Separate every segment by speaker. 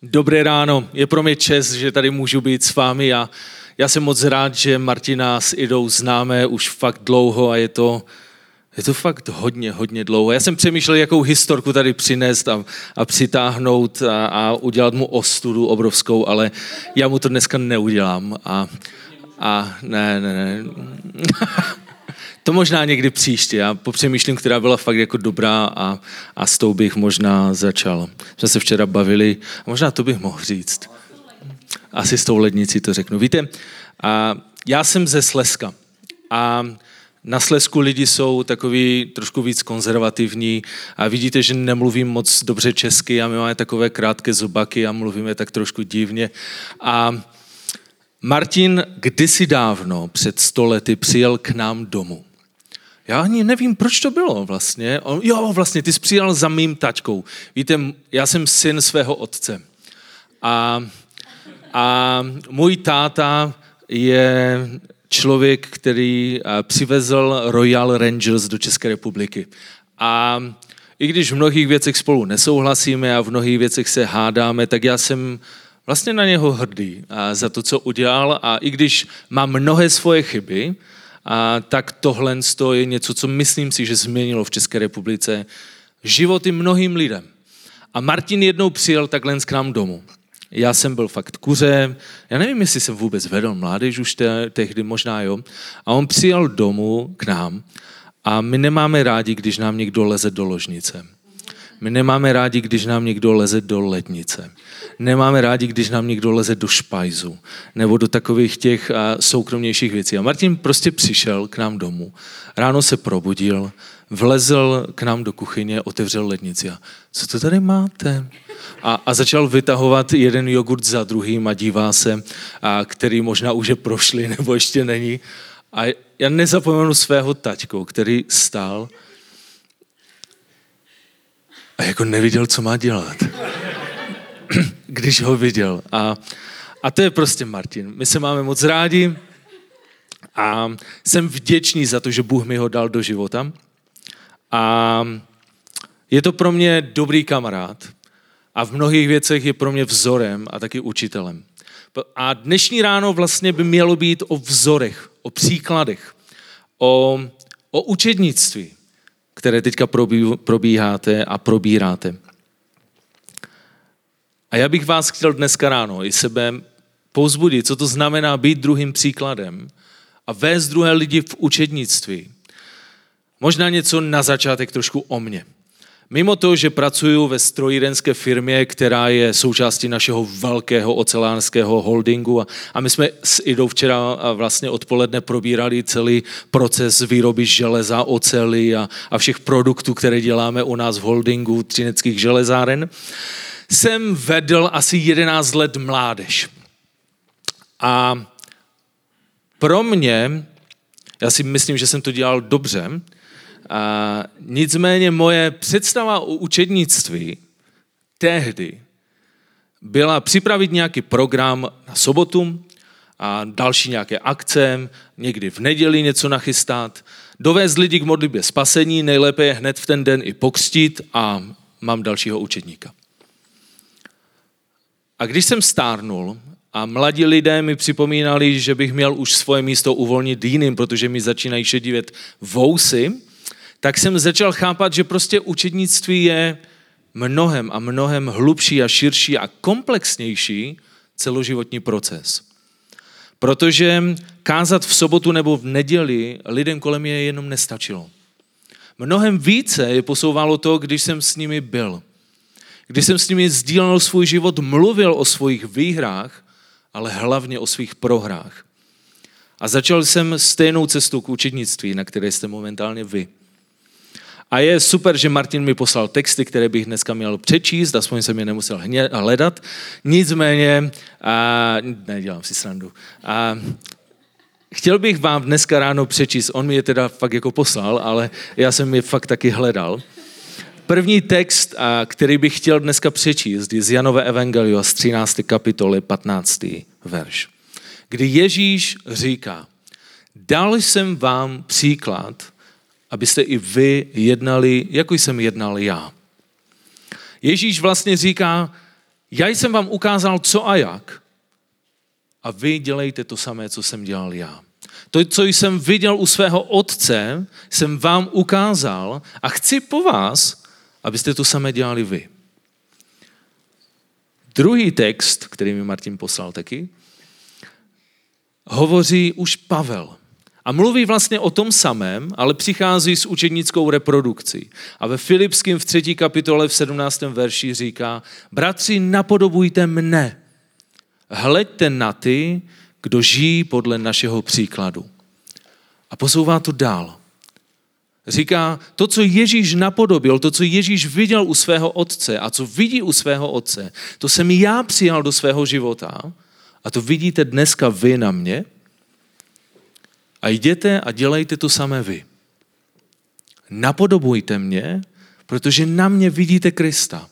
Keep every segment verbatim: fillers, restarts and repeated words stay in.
Speaker 1: Dobré ráno, je pro mě čest, že tady můžu být s vámi a já jsem moc rád, že Martina s Idou známe už fakt dlouho a je to, je to fakt hodně, hodně dlouho. Já jsem přemýšlel, jakou historku tady přinést a, a přitáhnout a, a udělat mu ostudu obrovskou, ale já mu to dneska neudělám a, a ne, ne, ne. To možná někdy příště. Já popřemýšlím, která byla fakt jako dobrá a, a s tou bych možná začal. Jsme se včera bavili a možná to bych mohl říct. Asi s tou lednicí to řeknu. Víte, a já jsem ze Slezska a na Slezsku lidi jsou takový trošku víc konzervativní a vidíte, že nemluvím moc dobře česky a my máme takové krátké zubaky a mluvíme tak trošku divně. A Martin kdysi dávno, před sto lety, přijel k nám domů. Já ani nevím, proč to bylo vlastně. On, jo, vlastně, ty jsi přijel za mým taťkou. Víte, já jsem syn svého otce. A, a můj táta je člověk, který přivezl Royal Rangers do České republiky. A i když v mnohých věcech spolu nesouhlasíme a v mnohých věcech se hádáme, tak já jsem vlastně na něho hrdý a za to, co udělal. A i když má mnohé svoje chyby, a tak tohle je něco, co myslím si, že změnilo v České republice životy mnohým lidem. A Martin jednou přijel takhle k nám domů. Já jsem byl fakt kuře, já nevím, jestli jsem vůbec vedl mládež už te, tehdy, možná jo. A on přijel domů k nám a my nemáme rádi, když nám někdo leze do ložnice. My nemáme rádi, když nám někdo leze do lednice. Nemáme rádi, když nám někdo leze do špajzu nebo do takových těch uh, soukromnějších věcí. A Martin prostě přišel k nám domů, ráno se probudil, vlezl k nám do kuchyně, otevřel lednici a co to tady máte? A, a začal vytahovat jeden jogurt za druhým a dívá se, a, který možná už je prošli nebo ještě není. A já nezapomenu svého taťku, který stál a jako neviděl, co má dělat, když ho viděl. A, a to je prostě Martin. My se máme moc rádi a jsem vděčný za to, že Bůh mi ho dal do života. A je to pro mě dobrý kamarád a v mnohých věcech je pro mě vzorem a taky učitelem. A dnešní ráno vlastně by mělo být o vzorech, o příkladech, o, o učednictví, které teďka probíháte a probíráte. A já bych vás chtěl dneska ráno i sebe povzbudit, co to znamená být druhým příkladem a vést druhé lidi v učednictví. Možná něco na začátek trošku o mně. Mimo to, že pracuji ve strojírenské firmě, která je součástí našeho velkého ocelářského holdingu a, a my jsme s Idou včera vlastně odpoledne probírali celý proces výroby železa, oceli a, a všech produktů, které děláme u nás v holdingu Třineckých železáren, jsem vedl asi jedenáct let mládež. A pro mě, já si myslím, že jsem to dělal dobře, a nicméně moje představa o učednictví tehdy byla připravit nějaký program na sobotu a další nějaké akce, někdy v neděli něco nachystat, dovést lidi k modlitbě spasení, nejlépe je hned v ten den i pokřtít a mám dalšího učedníka. A když jsem stárnul a mladí lidé mi připomínali, že bych měl už svoje místo uvolnit jiným, protože mi začínají šedivět vousy, tak jsem začal chápat, že prostě učednictví je mnohem a mnohem hlubší a širší a komplexnější celoživotní proces. Protože kázat v sobotu nebo v neděli lidem kolem mě jenom nestačilo. Mnohem více je posouvalo to, když jsem s nimi byl. Když jsem s nimi sdílel svůj život, mluvil o svých výhrách, ale hlavně o svých prohrách. A začal jsem stejnou cestu k učednictví, na které jste momentálně vy. A je super, že Martin mi poslal texty, které bych dneska měl přečíst, aspoň jsem je nemusel hledat. Nicméně, a, nedělám si srandu, a, chtěl bych vám dneska ráno přečíst, on mi je teda fakt jako poslal, ale já jsem je fakt taky hledal. První text, a, který bych chtěl dneska přečíst, je z Janova evangelia z třinácté kapitoly patnáctý verš, kdy Ježíš říká, dal jsem vám příklad, abyste i vy jednali, jako jsem jednal já. Ježíš vlastně říká, Já jsem vám ukázal, co a jak. A vy dělejte to samé, co jsem dělal já. To, co jsem viděl u svého otce, jsem vám ukázal a chci po vás, abyste to samé dělali vy. Druhý text, který mi Martin poslal taky, hovoří už Pavel. A mluví vlastně o tom samém, ale přichází s učednickou reprodukcí. A ve Filipským v třetí kapitole v sedmnáctém verši říká: bratři, napodobujte mne. Hleďte na ty, kdo žijí podle našeho příkladu. A posouvá to dál. Říká, to, co Ježíš napodobil, to, co Ježíš viděl u svého otce a co vidí u svého otce, to jsem já přijal do svého života a to vidíte dneska vy na mě a jděte a dělejte to samé vy. Napodobujte mě, protože na mě vidíte Krista.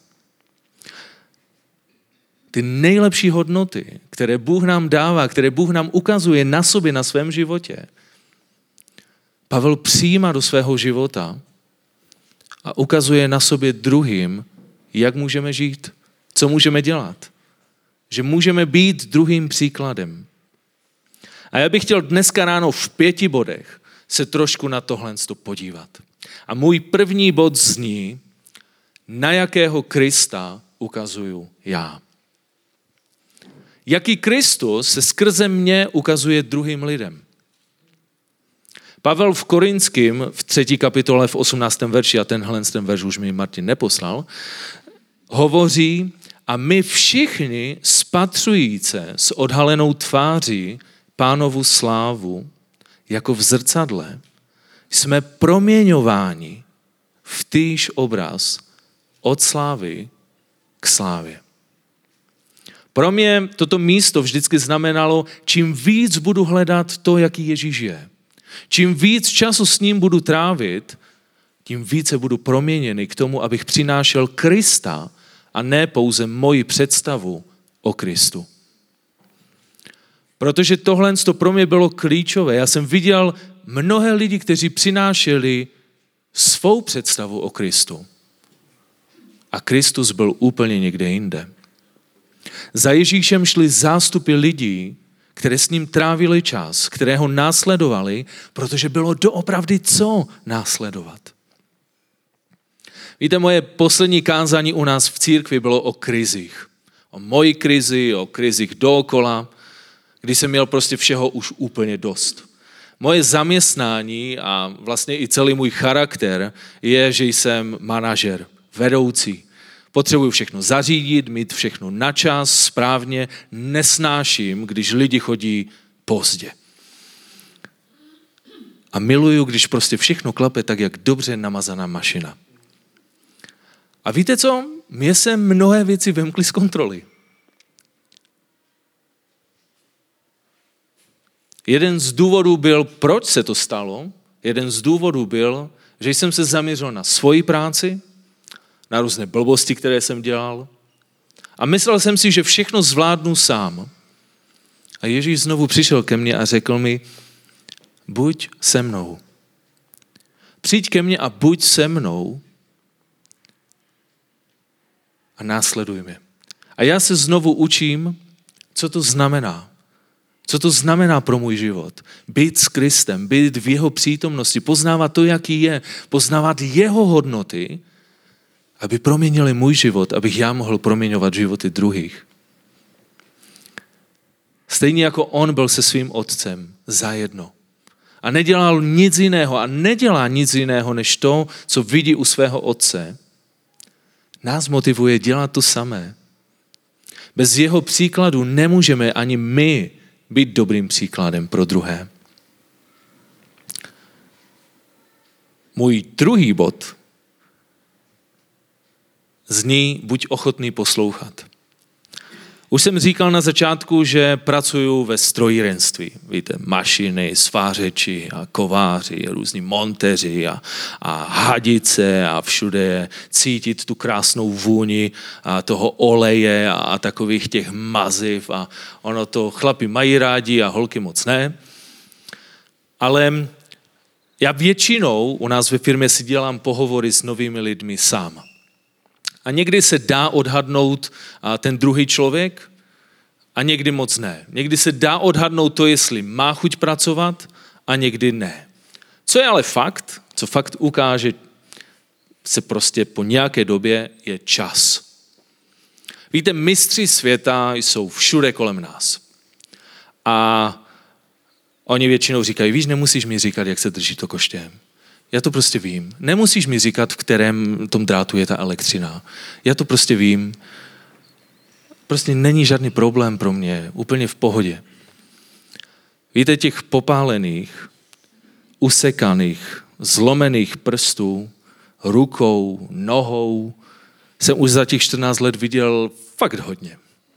Speaker 1: Ty nejlepší hodnoty, které Bůh nám dává, které Bůh nám ukazuje na sobě, na svém životě, Pavel přijímá do svého života a ukazuje na sobě druhým, jak můžeme žít, co můžeme dělat. Že můžeme být druhým příkladem. A já bych chtěl dneska ráno v pěti bodech se trošku na tohle podívat. A můj první bod zní, na jakého Krista ukazuju já. Jaký Kristus se skrze mě ukazuje druhým lidem. Pavel v Korinským v třetí kapitole v osmnáctém verši, a tenhle ten verš už mi Martin neposlal, hovoří: a my všichni spatřujíce s odhalenou tváří Pánovu slávu, jako v zrcadle, jsme proměňováni v týž obraz od slávy k slávě. Pro mě toto místo vždycky znamenalo, čím víc budu hledat to, jaký Ježíš je. Čím víc času s ním budu trávit, tím více budu proměněný k tomu, abych přinášel Krista a ne pouze moji představu o Kristu. Protože tohle pro mě bylo klíčové. Já jsem viděl mnohé lidi, kteří přinášeli svou představu o Kristu. A Kristus byl úplně někde jinde. Za Ježíšem šli zástupy lidí, které s ním trávili čas, které ho následovali, protože bylo doopravdy co následovat. Víte, moje poslední kázání u nás v církvi bylo o krizích. O mojí krizi, o krizích dookola, kdy jsem měl prostě všeho už úplně dost. Moje zaměstnání a vlastně i celý můj charakter je, že jsem manažer, vedoucí. Potřebuji všechno zařídit, mít všechno na čas, správně. Nesnáším, když lidi chodí pozdě. A miluju, když prostě všechno klape tak, jak dobře namazaná mašina. A víte co? Mně se mnohé věci vymkly z kontroly. Jeden z důvodů byl, proč se to stalo, jeden z důvodů byl, že jsem se zaměřil na svoji práci, na různé blbosti, které jsem dělal. A myslel jsem si, že všechno zvládnu sám. A Ježíš znovu přišel ke mně a řekl mi, buď se mnou. Přijď ke mně a buď se mnou a následuj mě. A já se znovu učím, co to znamená. Co to znamená pro můj život? Být s Kristem, být v jeho přítomnosti, poznávat to, jaký je, poznávat jeho hodnoty, aby proměnili můj život, abych já mohl proměňovat životy druhých. Stejně jako on byl se svým otcem zajedno. A nedělal nic jiného a nedělá nic jiného, než to, co vidí u svého otce. Nás motivuje dělat to samé. Bez jeho příkladu nemůžeme ani my být dobrým příkladem pro druhé. Můj druhý bod zní, buď ochotný poslouchat. Už jsem říkal na začátku, že pracuju ve strojírenství. Víte, mašiny, svářeči a kováři, různí monteři a, a hadice a všude je cítit tu krásnou vůni a toho oleje a, a takových těch maziv a ono to chlapi mají rádi a holky moc ne. Ale já většinou u nás ve firmě si dělám pohovory s novými lidmi sám. A někdy se dá odhadnout ten druhý člověk a někdy moc ne. Někdy se dá odhadnout to, jestli má chuť pracovat a někdy ne. Co je ale fakt, co fakt ukáže se prostě po nějaké době, je čas. Víte, mistři světa jsou všude kolem nás. A oni většinou říkají, víš, nemusíš mi říkat, jak se drží to koště. Já to prostě vím. Nemusíš mi říkat, v kterém tom drátu je ta elektřina. Já to prostě vím. Prostě není žádný problém pro mě. Úplně v pohodě. Víte, těch popálených, usekaných, zlomených prstů, rukou, nohou, jsem už za těch čtrnáct let viděl fakt hodně.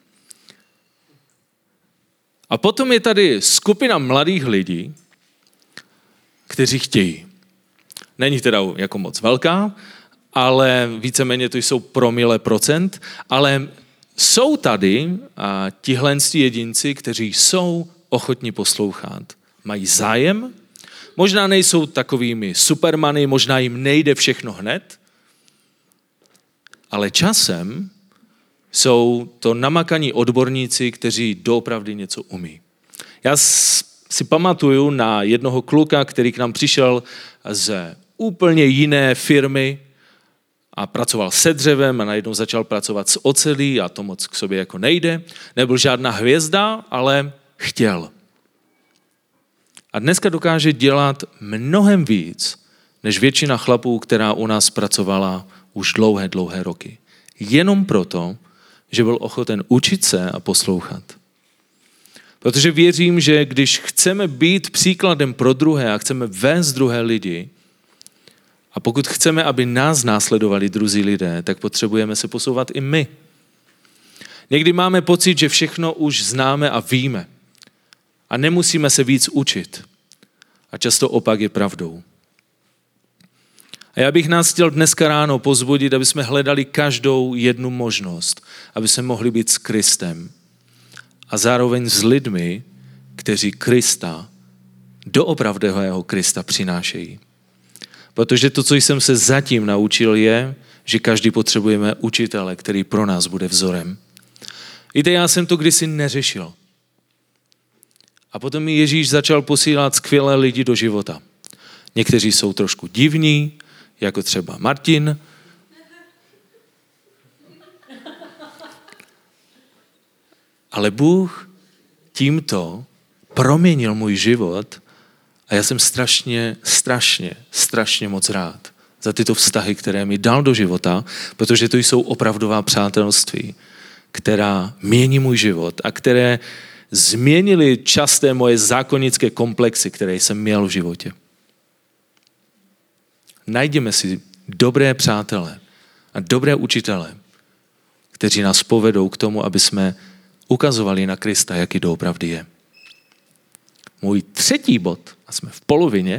Speaker 1: A potom je tady skupina mladých lidí, kteří chtějí. Není teda jako moc velká, ale víceméně to jsou promile procent, ale jsou tady a tihle jedinci, kteří jsou ochotní poslouchat. Mají zájem, možná nejsou takovými supermany, možná jim nejde všechno hned, ale časem jsou to namakaní odborníci, kteří doopravdy něco umí. Já si pamatuju na jednoho kluka, který k nám přišel z úplně jiné firmy a pracoval se dřevem a najednou začal pracovat s ocelí a to moc k sobě jako nejde. Nebyl žádná hvězda, ale chtěl. A dneska dokáže dělat mnohem víc, než většina chlapů, která u nás pracovala už dlouhé, dlouhé roky. Jenom proto, že byl ochoten učit se a poslouchat. Protože věřím, že když chceme být příkladem pro druhé a chceme vést druhé lidi, a pokud chceme, aby nás následovali druzí lidé, tak potřebujeme se posouvat i my. Někdy máme pocit, že všechno už známe a víme. A nemusíme se víc učit. A často opak je pravdou. A já bych nás chtěl dneska ráno pozbudit, aby jsme hledali každou jednu možnost, aby jsme mohli být s Kristem. A zároveň s lidmi, kteří Krista, doopravdého Krista přinášejí. Protože to, co jsem se zatím naučil, je, že každý potřebujeme učitele, který pro nás bude vzorem. Víte, já jsem to kdysi neřešil. A potom mi Ježíš začal posílat skvělé lidi do života. Někteří jsou trošku divní, jako třeba Martin. Ale Bůh tímto proměnil můj život a já jsem strašně, strašně, strašně moc rád za tyto vztahy, které mi dal do života, protože to jsou opravdová přátelství, která mění můj život a které změnily časté moje zákonické komplexy, které jsem měl v životě. Najděme si dobré přátele a dobré učitele, kteří nás povedou k tomu, aby jsme ukazovali na Krista, jaký doopravdy je. Můj třetí bod, a jsme v polovině,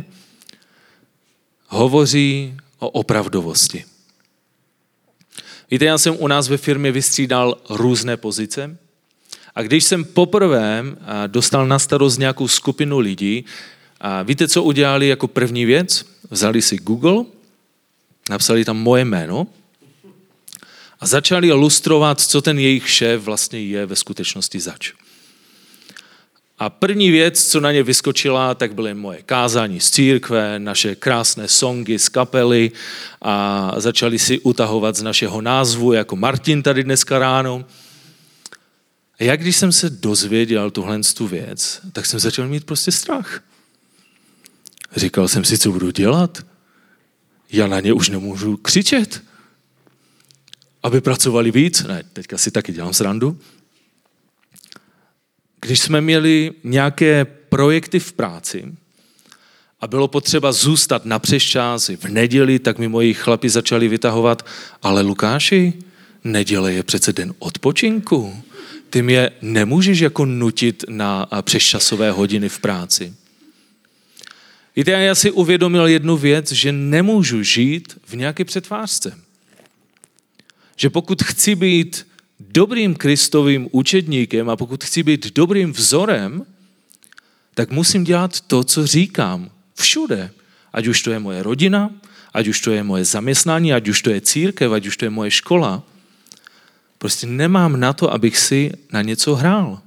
Speaker 1: hovoří o opravdovosti. Víte, já jsem u nás ve firmě vystřídal různé pozice a když jsem poprvé dostal na starost nějakou skupinu lidí, a víte, co udělali jako první věc? Vzali si Google, napsali tam moje jméno a začali lustrovat, co ten jejich šéf vlastně je ve skutečnosti zač. A první věc, co na ně vyskočila, tak byly moje kázání z církve, naše krásné songy z kapely a začali si utahovat z našeho názvu, jako Martin tady dneska ráno. A já, když jsem se dozvěděl tuhle tu věc, tak jsem začal mít prostě strach. Říkal jsem si, co budu dělat. Já na ně už nemůžu křičet. Aby pracovali víc. Ne, teďka si taky dělám srandu. Když jsme měli nějaké projekty v práci a bylo potřeba zůstat na přesčas v neděli, tak mi moji chlapi začali vytahovat, ale Lukáši, neděle je přece den odpočinku. Ty mě nemůžeš jako nutit na přesčasové hodiny v práci. Víte, já si uvědomil jednu věc, že nemůžu žít v nějaké přetvářce. Že pokud chci být dobrým Kristovým učedníkem a pokud chci být dobrým vzorem, tak musím dělat to, co říkám. Všude. Ať už to je moje rodina, ať už to je moje zaměstnání, ať už to je církev, ať už to je moje škola, prostě nemám na to, abych si na něco hrál.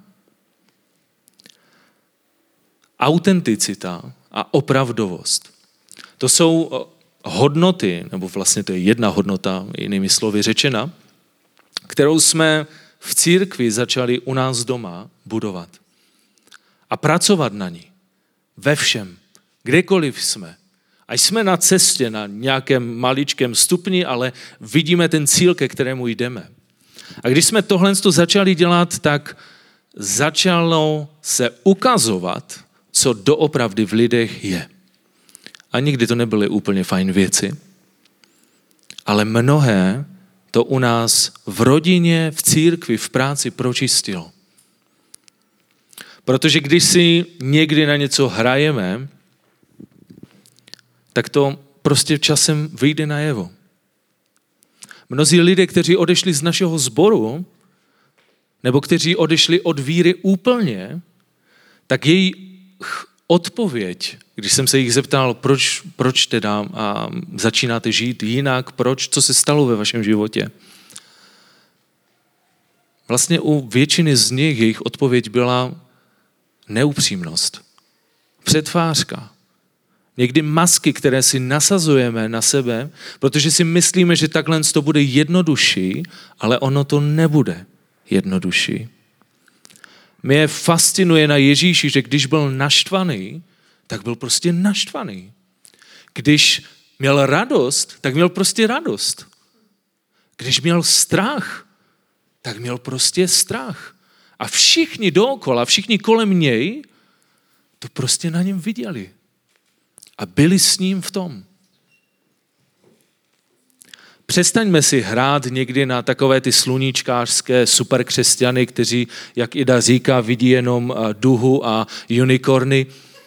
Speaker 1: Autenticita a opravdovost. To jsou hodnoty, nebo vlastně to je jedna hodnota, jinými slovy řečena, kterou jsme v církvi začali u nás doma budovat. A pracovat na ní. Ve všem. Kdekoliv jsme. Ať jsme na cestě, na nějakém maličkém stupni, ale vidíme ten cíl, ke kterému jdeme. A když jsme tohle začali dělat, tak začalo se ukazovat, co doopravdy v lidech je. A nikdy to nebyly úplně fajn věci, ale mnohé to u nás v rodině, v církvi, v práci pročistilo. Protože když si někdy na něco hrajeme, tak to prostě časem vyjde najevo. Mnozí lidé, kteří odešli z našeho sboru, nebo kteří odešli od víry úplně, tak její odpověď, když jsem se jich zeptal, proč, proč teda a začínáte žít jinak, proč, co se stalo ve vašem životě. Vlastně u většiny z nich jejich odpověď byla neupřímnost, předvářka. Někdy masky, které si nasazujeme na sebe, protože si myslíme, že takhle to bude jednodušší, ale ono to nebude jednodušší. Mě fascinuje na Ježíši, že když byl naštvaný, tak byl prostě naštvaný. Když měl radost, tak měl prostě radost. Když měl strach, tak měl prostě strach. A všichni dookola, všichni kolem něj, to prostě na něm viděli. A byli s ním v tom. Přestaňme si hrát někdy na takové ty sluníčkářské superkřesťany, kteří, jak Ida říká, vidí jenom duhu a unikorny.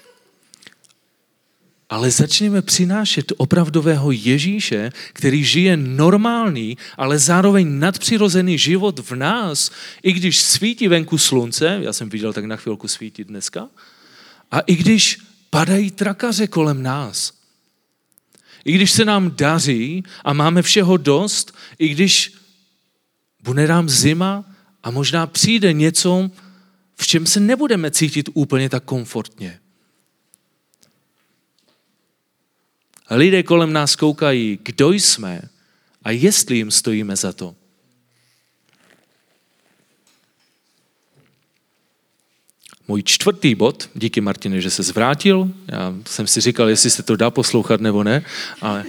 Speaker 1: Ale začněme přinášet opravdového Ježíše, který žije normální, ale zároveň nadpřirozený život v nás, i když svítí venku slunce, já jsem viděl tak na chvilku svítit dneska, a i když padají trakaře kolem nás. I když se nám daří a máme všeho dost, i když bude nám zima a možná přijde něco, v čem se nebudeme cítit úplně tak komfortně. A lidé kolem nás koukají, kdo jsme a jestli jim stojíme za to. Můj čtvrtý bod, díky Martine, že se zvrátil, já jsem si říkal, jestli se to dá poslouchat nebo ne, ale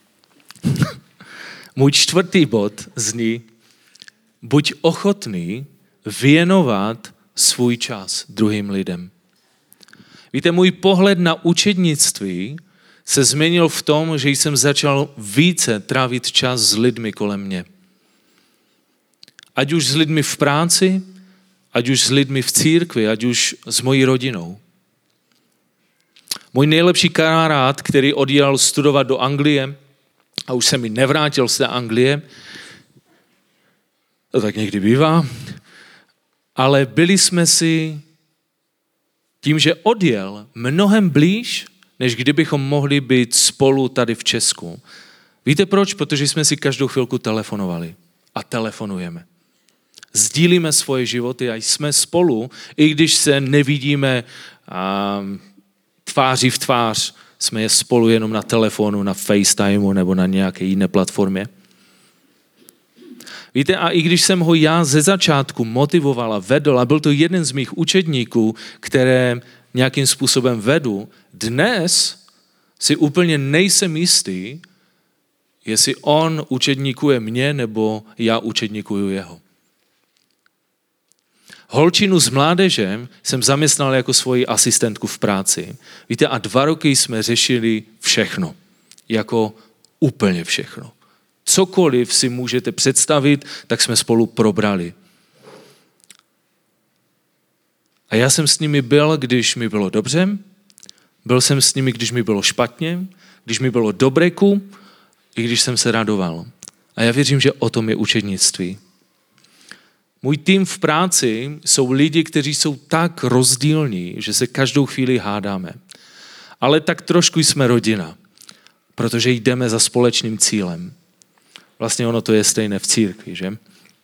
Speaker 1: můj čtvrtý bod zní, buď ochotný věnovat svůj čas druhým lidem. Víte, můj pohled na učednictví se změnil v tom, že jsem začal více trávit čas s lidmi kolem mě. Ať už s lidmi v práci, ať už s lidmi v církvi, ať už s mojí rodinou. Můj nejlepší kamarád, který odjel studovat do Anglie a už se mi nevrátil z té Anglie, to tak někdy bývá, ale byli jsme si tím, že odjel mnohem blíž, než kdybychom mohli být spolu tady v Česku. Víte proč? Protože jsme si každou chvilku telefonovali a telefonujeme. Sdílíme svoje životy a jsme spolu, i když se nevidíme um, tváří v tvář, jsme je spolu jenom na telefonu, na FaceTimeu nebo na nějaké jiné platformě. Víte, a i když jsem ho já ze začátku motivoval a vedl, a byl to jeden z mých učedníků, které nějakým způsobem vedu, dnes si úplně nejsem jistý, jestli on učedníkuje mě, nebo já učedníkuju jeho. Holčinu s mládežem jsem zaměstnal jako svoji asistentku v práci. Víte, a dva roky jsme řešili všechno. Jako úplně všechno. Cokoliv si můžete představit, tak jsme spolu probrali. A já jsem s nimi byl, když mi bylo dobře, byl jsem s nimi, když mi bylo špatně, když mi bylo dobréku, i když jsem se radoval. A já věřím, že o tom je učednictví. Můj tým v práci jsou lidi, kteří jsou tak rozdílní, že se každou chvíli hádáme. Ale tak trošku jsme rodina. protože jdeme za společným cílem. Vlastně ono to je stejné v církvi, že?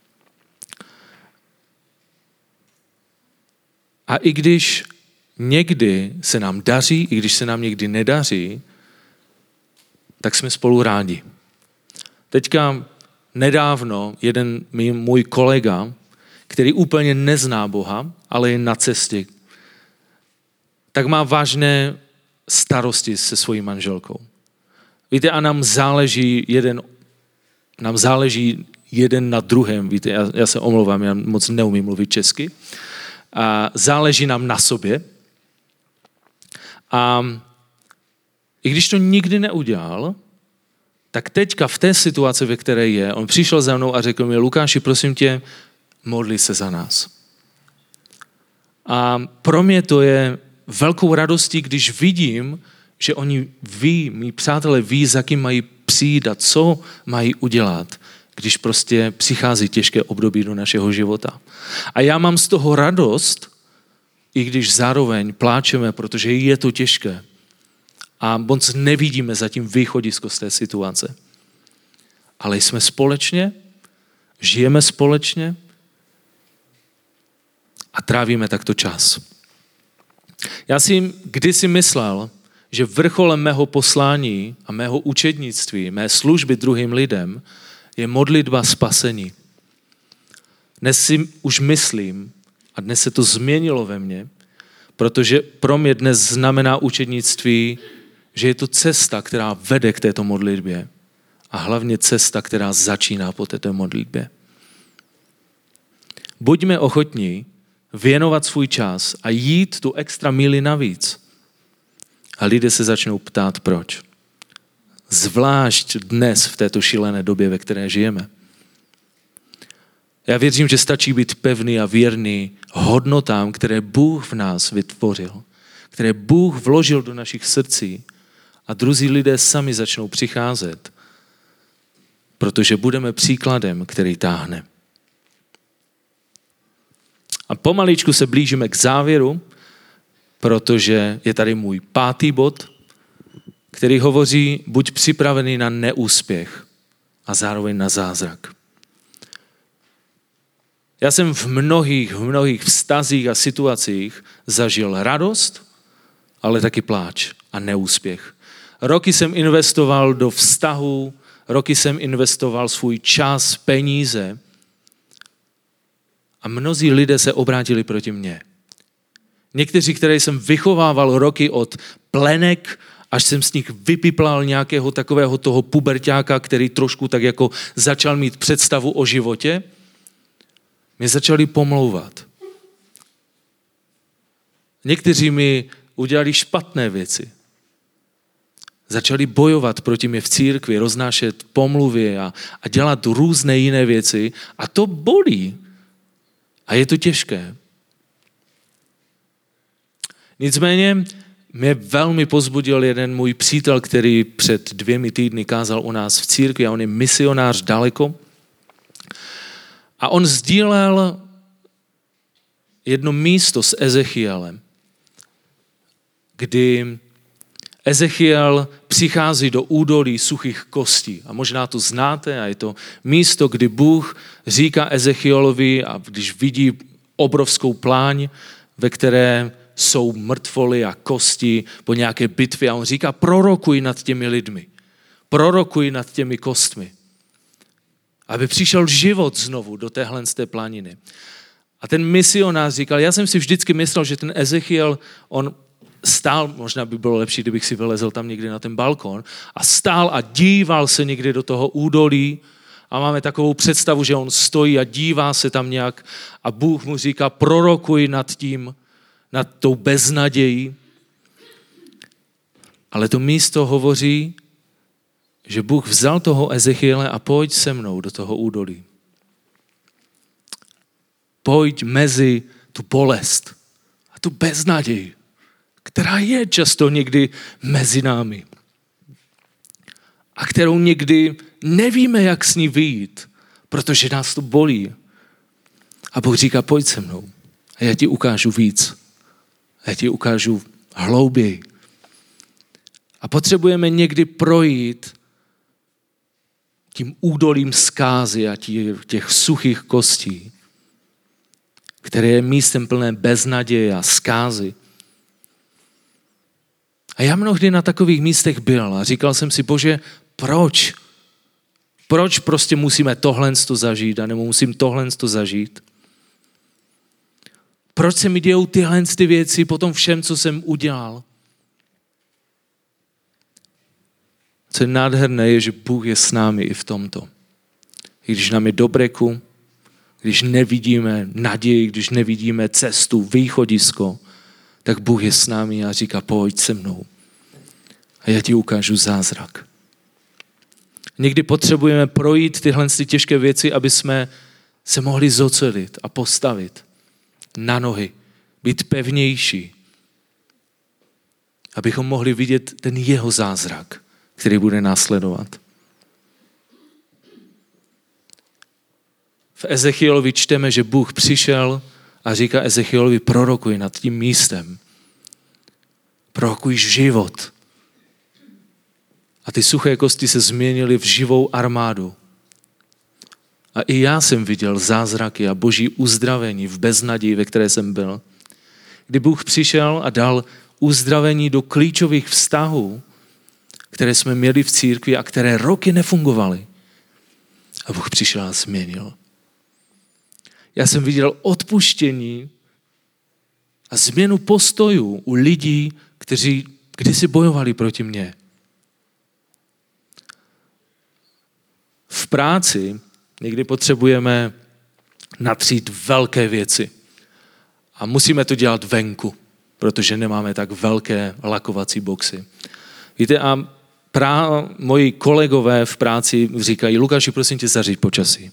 Speaker 1: A i když někdy se nám daří, i když se nám někdy nedaří, tak jsme spolu rádi. Teďka nedávno jeden můj kolega, který úplně nezná Boha, ale je na cestě, tak má vážné starosti se svojí manželkou. Víte, a nám záleží jeden, nám záleží jeden na druhém. Víte, já, já se omlouvám, já moc neumím mluvit česky. A záleží nám na sobě. A i když to nikdy neudělal, tak teďka v té situaci, ve které je, on přišel za mnou a řekl mi, Lukáši, prosím tě, modli se za nás. A pro mě to je velkou radostí, když vidím, že oni ví, mý přátelé ví, za kým mají přijít a co mají udělat, když prostě přichází těžké období do našeho života. A já mám z toho radost, i když zároveň pláčeme, protože je to těžké. A moc nevidíme zatím východisko z té situace. Ale jsme společně, žijeme společně a trávíme takto čas. Já si kdysi myslel, že vrcholem mého poslání a mého učednictví, mé služby druhým lidem je modlitba spasení. Dnes si už myslím, a dnes se to změnilo ve mně, protože pro mě dnes znamená učednictví, že je to cesta, která vede k této modlitbě a hlavně cesta, která začíná po této modlitbě. Buďme ochotní věnovat svůj čas a jít tu extra míli navíc. A lidé se začnou ptát, proč. Zvlášť dnes v této šílené době, ve které žijeme. Já věřím, že stačí být pevný a věrný hodnotám, které Bůh v nás vytvořil, které Bůh vložil do našich srdcí a druzí lidé sami začnou přicházet, protože budeme příkladem, který táhne. A pomaličku se blížíme k závěru, protože je tady můj pátý bod, který hovoří, buď připravený na neúspěch a zároveň na zázrak. Já jsem v mnohých, v mnohých vztazích a situacích zažil radost, ale taky pláč a neúspěch. Roky jsem investoval do vztahu, roky jsem investoval svůj čas, peníze a mnozí lidé se obrátili proti mně. Někteří, které jsem vychovával roky od plenek, až jsem z nich vypiplal nějakého takového toho puberťáka, který trošku tak jako začal mít představu o životě, mě začali pomlouvat. Někteří mi udělali špatné věci. Začali bojovat proti mě v církvi, roznášet pomluvy a, a dělat různé jiné věci. A to bolí. A je to těžké. Nicméně mě velmi pozbudil jeden můj přítel, který před dvěmi týdny kázal u nás v církvi a on je misionář daleko. A on sdílel jedno místo s Ezechielem, kdy Ezechiel přichází do údolí suchých kostí. A možná to znáte, a je to místo, kdy Bůh říká Ezechielovi, a když vidí obrovskou pláň, ve které jsou mrtvoly a kosti po nějaké bitvě, a on říká, prorokuj nad těmi lidmi, prorokuj nad těmi kostmi, aby přišel život znovu do téhle z té planiny. A ten misionář říkal, já jsem si vždycky myslel, že ten Ezechiel, on stál, možná by bylo lepší, kdybych si vylezl tam někdy na ten balkon, a stál a díval se někdy do toho údolí a máme takovou představu, že on stojí a dívá se tam nějak a Bůh mu říká, prorokuj nad tím, nad tou beznadějí. Ale to místo hovoří, že Bůh vzal toho Ezechiele a pojď se mnou do toho údolí. Pojď mezi tu bolest a tu beznaděj, která je často někdy mezi námi a kterou někdy nevíme, jak s ní vyjít, protože nás to bolí. A Bůh říká, pojď se mnou a já ti ukážu víc. Já ti ukážu hlouběji. A potřebujeme někdy projít tím údolím zkázy a těch suchých kostí, které je místem plné beznaděje a zkázy. A já mnohdy na takových místech byl a říkal jsem si, Bože, proč? Proč prostě musíme tohle zažít a nebo musím tohle zažít? Proč se mi dějou tyhle ty věci po tom všem, co jsem udělal? Co je nádherné, je, že Bůh je s námi i v tomto. I když nám je do breku, když nevidíme naději, když nevidíme cestu, východisko, tak Bůh je s námi a říká, pojď se mnou. A já ti ukážu zázrak. Někdy potřebujeme projít tyhle těžké věci, aby jsme se mohli zocelit a postavit na nohy, být pevnější, abychom mohli vidět ten jeho zázrak, který bude následovat. V Ezechielovi čteme, že Bůh přišel a říká Ezechielovi, prorokuj nad tím místem. Prorokuj život. A ty suché kosti se změnily v živou armádu. A i já jsem viděl zázraky a boží uzdravení v beznaději, ve které jsem byl. Kdy Bůh přišel a dal uzdravení do klíčových vztahů, které jsme měli v církvi a které roky nefungovaly. A Bůh přišel a změnil. Já jsem viděl odpuštění a změnu postojů u lidí, kteří kdysi bojovali proti mně. V práci někdy potřebujeme natřít velké věci. A musíme to dělat venku, protože nemáme tak velké lakovací boxy. Víte, a prá, moji kolegové v práci říkají, Lukáši, prosím tě, zařiď počasí.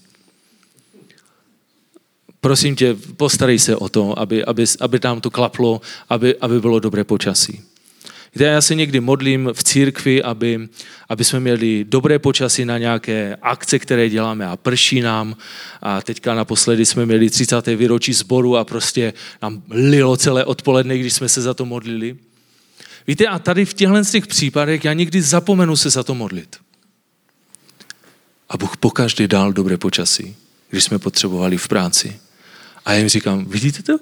Speaker 1: Prosím tě, postarej se o to, aby, aby, aby nám to klaplo, aby, aby bylo dobré počasí. Víte, já se někdy modlím v církvi, aby, aby jsme měli dobré počasí na nějaké akce, které děláme a prší nám. A teďka naposledy jsme měli třicáté výročí sboru a prostě nám lilo celé odpoledne, když jsme se za to modlili. Víte, a tady v těchto těch případech já někdy zapomenu se za to modlit. A Bůh pokaždé dal dobré počasí, když jsme potřebovali v práci. A já jim říkám, vidíte to?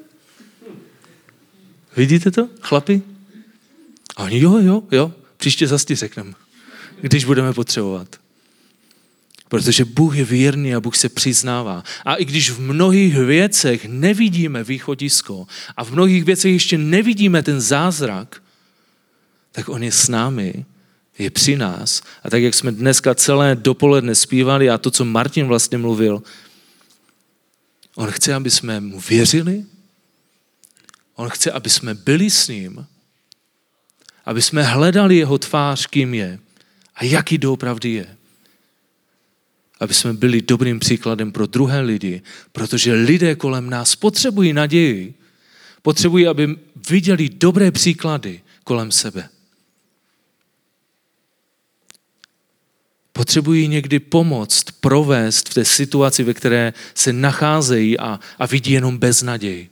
Speaker 1: Vidíte to, chlapi? A oni, jo, jo, jo, příště zas ti řekneme, když budeme potřebovat. Protože Bůh je věrný a Bůh se přiznává. A i když v mnohých věcech nevidíme východisko a v mnohých věcech ještě nevidíme ten zázrak, tak on je s námi, je při nás. A tak, jak jsme dneska celé dopoledne zpívali a to, co Martin vlastně mluvil, on chce, aby jsme mu věřili, on chce, aby jsme byli s ním, aby jsme hledali jeho tvář, kým je a jaký doopravdy je. Aby jsme byli dobrým příkladem pro druhé lidi, protože lidé kolem nás potřebují naději, potřebují, aby viděli dobré příklady kolem sebe. Potřebují někdy pomoct, provést v té situaci, ve které se nacházejí a, a vidí jenom beznaději.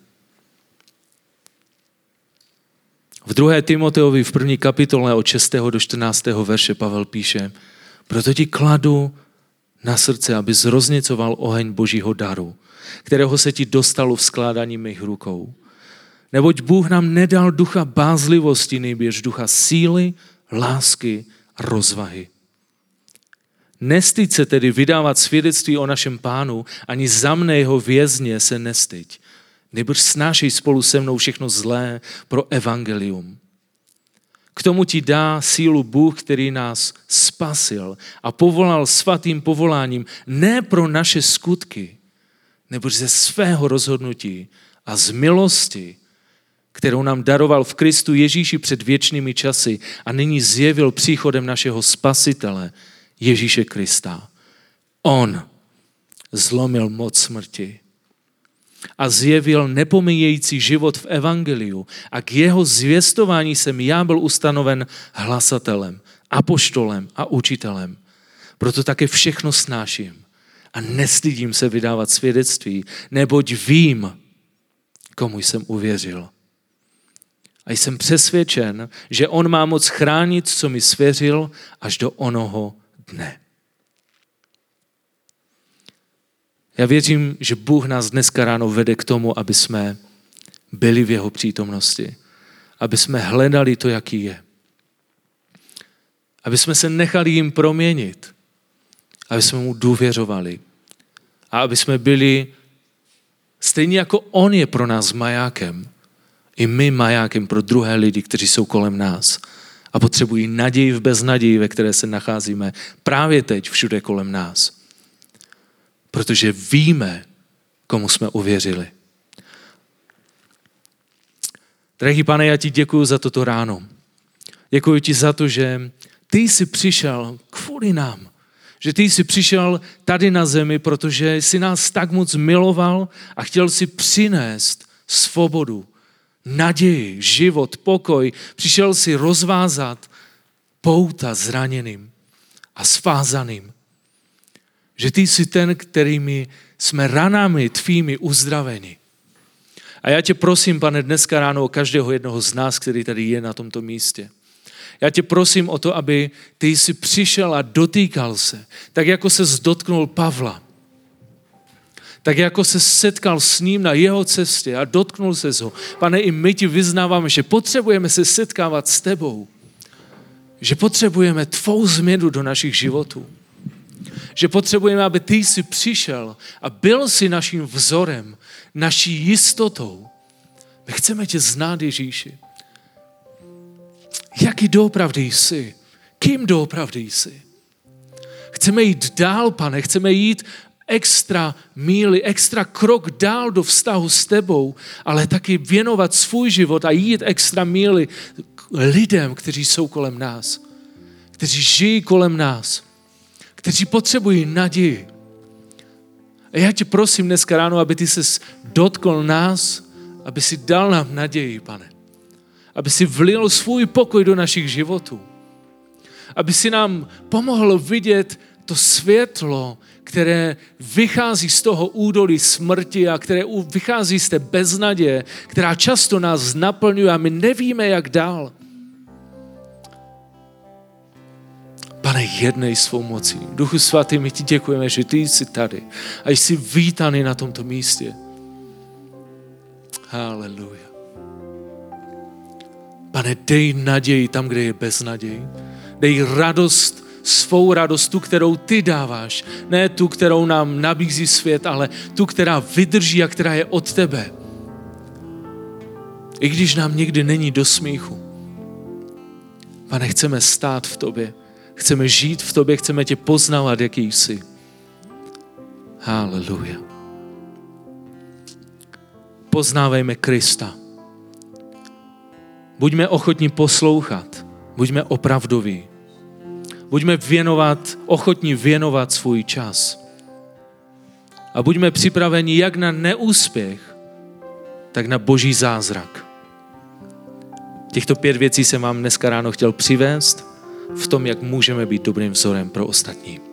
Speaker 1: V druhé Timoteovi v první kapitole od šestého do čtrnáctého verše Pavel píše, proto ti kladu na srdce, aby zroznicoval oheň Božího daru, kterého se ti dostalo v skládání mých rukou. Neboť Bůh nám nedal ducha bázlivosti, nýbrž ducha síly, lásky a rozvahy. Nestyď se tedy vydávat svědectví o našem Pánu, ani za mne jeho vězně se nestyď. Nýbrž snášej spolu se mnou všechno zlé pro evangelium. K tomu ti dá sílu Bůh, který nás spasil a povolal svatým povoláním ne pro naše skutky, nebož ze svého rozhodnutí a z milosti, kterou nám daroval v Kristu Ježíši před věčnými časy a nyní zjevil příchodem našeho Spasitele Ježíše Krista. On zlomil moc smrti a zjevil nepomíjející život v evangeliu a k jeho zvěstování jsem já byl ustanoven hlasatelem, apoštolem a učitelem. Proto také všechno snáším a nestydím se vydávat svědectví, neboť vím, komu jsem uvěřil. A jsem přesvědčen, že on má moc chránit, co mi svěřil, až do onoho dne. Já věřím, že Bůh nás dneska ráno vede k tomu, aby jsme byli v jeho přítomnosti. Aby jsme hledali to, jaký je. Aby jsme se nechali jim proměnit. Aby jsme mu důvěřovali. A aby jsme byli stejně jako on je pro nás majákem. I my majákem pro druhé lidi, kteří jsou kolem nás. A potřebují naději v beznaději, ve které se nacházíme právě teď všude kolem nás. Protože víme, komu jsme uvěřili. Drahý Pane, já ti děkuju za toto ráno. Děkuju ti za to, že ty jsi přišel kvůli nám. Že ty jsi přišel tady na zemi, protože jsi nás tak moc miloval a chtěl si přinést svobodu, naději, život, pokoj. Přišel si rozvázat pouta zraněným a svázaným. Že ty jsi ten, kterými jsme ranami tvými uzdraveni. A já tě prosím, Pane, dneska ráno o každého jednoho z nás, který tady je na tomto místě. Já tě prosím o to, aby ty jsi přišel a dotýkal se, tak jako ses dotknul Pavla. Tak jako se setkal s ním na jeho cestě a dotknul se ho. Pane, i my ti vyznáváme, že potřebujeme se setkávat s tebou. Že potřebujeme tvou změnu do našich životů. Že potřebujeme, aby ty jsi přišel a byl jsi naším vzorem, naší jistotou. My chceme tě znát, Ježíši. Jaký doopravdy jsi? Kým doopravdy jsi? Chceme jít dál, Pane, chceme jít extra míly, extra krok dál do vztahu s tebou, ale taky věnovat svůj život a jít extra míly k lidem, kteří jsou kolem nás, kteří žijí kolem nás, kteří potřebují naději. A já tě prosím dneska ráno, aby ty ses dotkl nás, aby si dal nám naději, Pane. Aby si vlil svůj pokoj do našich životů. Aby si nám pomohl vidět to světlo, které vychází z toho údolí smrti a které vychází z té beznaděje, která často nás naplňuje a my nevíme, jak dál. Pane, jednej svou mocí. Duchu svatý, my ti děkujeme, že ty jsi tady a jsi vítaný na tomto místě. Haleluja. Pane, dej naději tam, kde je beznaděj. Dej radost, svou radost, tu, kterou ty dáváš. Ne tu, kterou nám nabízí svět, ale tu, která vydrží a která je od tebe. I když nám někdy není do smíchu. Pane, chceme stát v tobě. Chceme žít v tobě, chceme tě poznávat, jaký jsi. Haleluja. Poznávejme Krista. Buďme ochotní poslouchat. Buďme opravdoví. Buďme věnovat, ochotní věnovat svůj čas. A buďme připraveni jak na neúspěch, tak na Boží zázrak. Těchto pět věcí jsem vám dneska ráno chtěl přivést v tom, jak můžeme být dobrým vzorem pro ostatní.